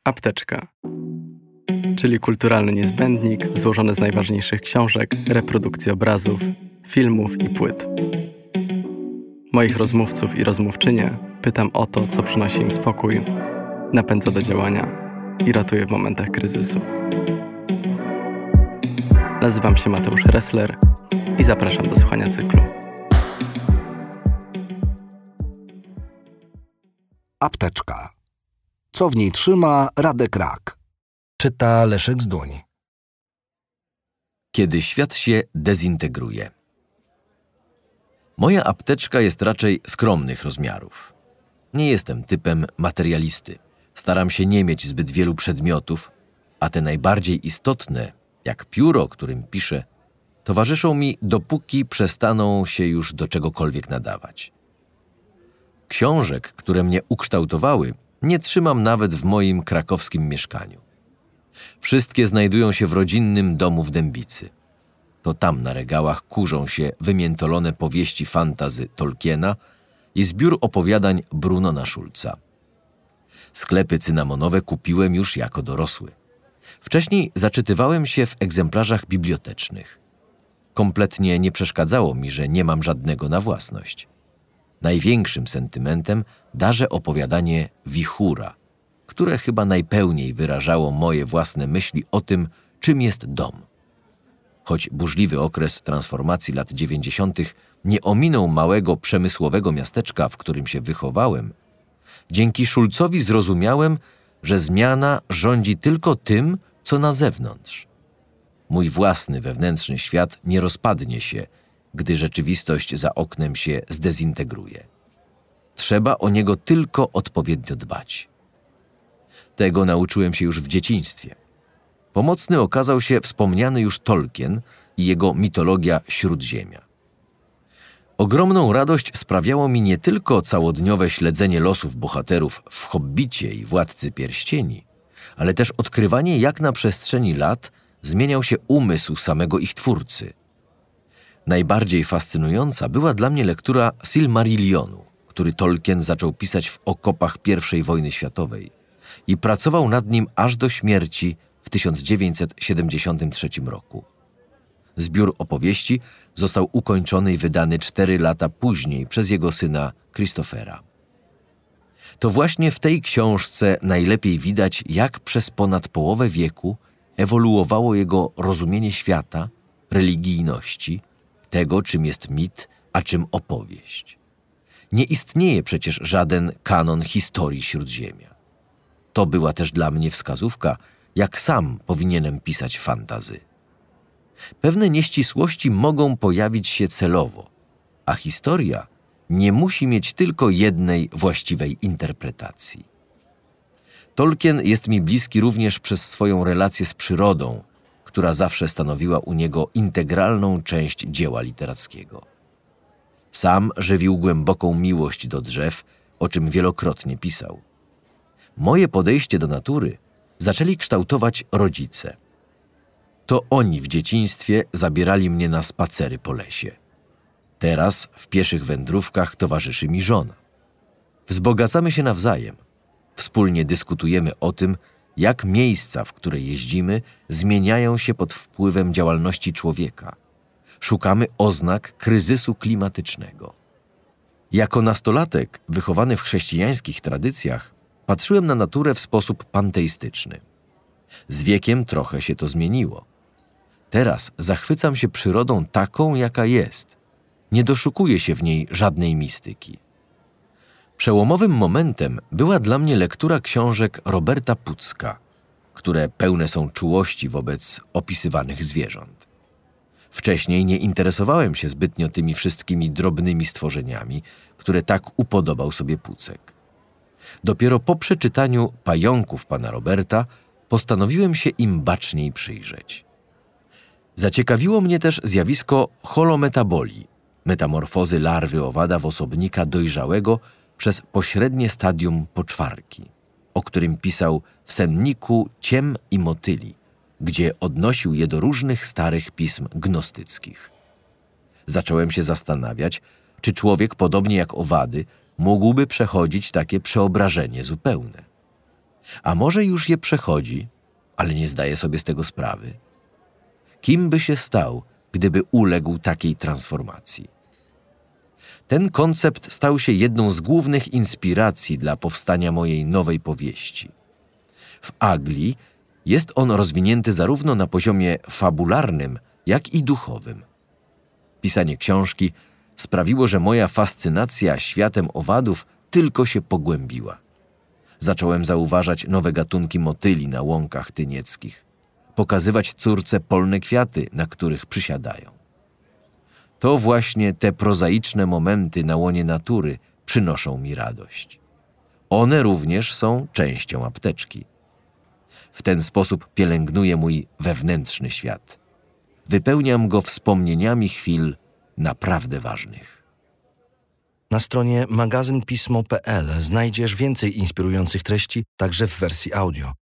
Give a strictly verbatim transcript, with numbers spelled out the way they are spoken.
Apteczka, czyli kulturalny niezbędnik złożony z najważniejszych książek, reprodukcji obrazów, filmów i płyt. Moich rozmówców i rozmówczynie pytam o to, co przynosi im spokój, napędza do działania i ratuje w momentach kryzysu. Nazywam się Mateusz Ressler i zapraszam do słuchania cyklu. Apteczka. Co w niej trzyma Radek Rak? Czyta Leszek Zduń. Kiedy świat się dezintegruje. Moja apteczka jest raczej skromnych rozmiarów. Nie jestem typem materialisty. Staram się nie mieć zbyt wielu przedmiotów, a te najbardziej istotne, jak pióro, którym piszę, towarzyszą mi, dopóki przestaną się już do czegokolwiek nadawać. Książek, które mnie ukształtowały, nie trzymam nawet w moim krakowskim mieszkaniu. Wszystkie znajdują się w rodzinnym domu w Dębicy. To tam na regałach kurzą się wymiętolone powieści fantasy Tolkiena i zbiór opowiadań Brunona Schulza. Sklepy cynamonowe kupiłem już jako dorosły. Wcześniej zaczytywałem się w egzemplarzach bibliotecznych. Kompletnie nie przeszkadzało mi, że nie mam żadnego na własność. Największym sentymentem darzę opowiadanie Wichura, które chyba najpełniej wyrażało moje własne myśli o tym, czym jest dom. Choć burzliwy okres transformacji lat dziewięćdziesiątych nie ominął małego przemysłowego miasteczka, w którym się wychowałem, dzięki Schulzowi zrozumiałem, że zmiana rządzi tylko tym, co na zewnątrz. Mój własny wewnętrzny świat nie rozpadnie się, gdy rzeczywistość za oknem się zdezintegruje. Trzeba o niego tylko odpowiednio dbać. Tego nauczyłem się już w dzieciństwie. Pomocny okazał się wspomniany już Tolkien i jego mitologia Śródziemia. Ogromną radość sprawiało mi nie tylko całodniowe śledzenie losów bohaterów w Hobbicie i Władcy Pierścieni, ale też odkrywanie, jak na przestrzeni lat zmieniał się umysł samego ich twórcy. Najbardziej fascynująca była dla mnie lektura Silmarillionu, który Tolkien zaczął pisać w okopach pierwszej wojny światowej i pracował nad nim aż do śmierci w tysiąc dziewięćset siedemdziesiątym trzecim roku. Zbiór opowieści został ukończony i wydany cztery lata później przez jego syna Christophera. To właśnie w tej książce najlepiej widać, jak przez ponad połowę wieku ewoluowało jego rozumienie świata, religijności, tego, czym jest mit, a czym opowieść. Nie istnieje przecież żaden kanon historii Śródziemia. To była też dla mnie wskazówka, jak sam powinienem pisać fantasy. Pewne nieścisłości mogą pojawić się celowo, a historia nie musi mieć tylko jednej właściwej interpretacji. Tolkien jest mi bliski również przez swoją relację z przyrodą, która zawsze stanowiła u niego integralną część dzieła literackiego. Sam żywił głęboką miłość do drzew, o czym wielokrotnie pisał. Moje podejście do natury zaczęli kształtować rodzice. To oni w dzieciństwie zabierali mnie na spacery po lesie. Teraz w pieszych wędrówkach towarzyszy mi żona. Wzbogacamy się nawzajem. Wspólnie dyskutujemy o tym, jak miejsca, w które jeździmy, zmieniają się pod wpływem działalności człowieka. Szukamy oznak kryzysu klimatycznego. Jako nastolatek, wychowany w chrześcijańskich tradycjach, patrzyłem na naturę w sposób panteistyczny. Z wiekiem trochę się to zmieniło. Teraz zachwycam się przyrodą taką, jaka jest. Nie doszukuję się w niej żadnej mistyki. Przełomowym momentem była dla mnie lektura książek Roberta Pucka, które pełne są czułości wobec opisywanych zwierząt. Wcześniej nie interesowałem się zbytnio tymi wszystkimi drobnymi stworzeniami, które tak upodobał sobie Pucek. Dopiero po przeczytaniu Pająków pana Roberta postanowiłem się im baczniej przyjrzeć. Zaciekawiło mnie też zjawisko holometabolii, metamorfozy larwy owada w osobnika dojrzałego przez pośrednie stadium poczwarki, o którym pisał w Senniku Ciem i Motyli, gdzie odnosił je do różnych starych pism gnostyckich. Zacząłem się zastanawiać, czy człowiek, podobnie jak owady, mógłby przechodzić takie przeobrażenie zupełne. A może już je przechodzi, ale nie zdaje sobie z tego sprawy? Kim by się stał, gdyby uległ takiej transformacji? Ten koncept stał się jedną z głównych inspiracji dla powstania mojej nowej powieści. W Agli jest on rozwinięty zarówno na poziomie fabularnym, jak i duchowym. Pisanie książki sprawiło, że moja fascynacja światem owadów tylko się pogłębiła. Zacząłem zauważać nowe gatunki motyli na łąkach tynieckich, pokazywać córce polne kwiaty, na których przysiadają. To właśnie te prozaiczne momenty na łonie natury przynoszą mi radość. One również są częścią apteczki. W ten sposób pielęgnuję mój wewnętrzny świat. Wypełniam go wspomnieniami chwil naprawdę ważnych. Na stronie magazyn pismo kropka p l znajdziesz więcej inspirujących treści, także w wersji audio.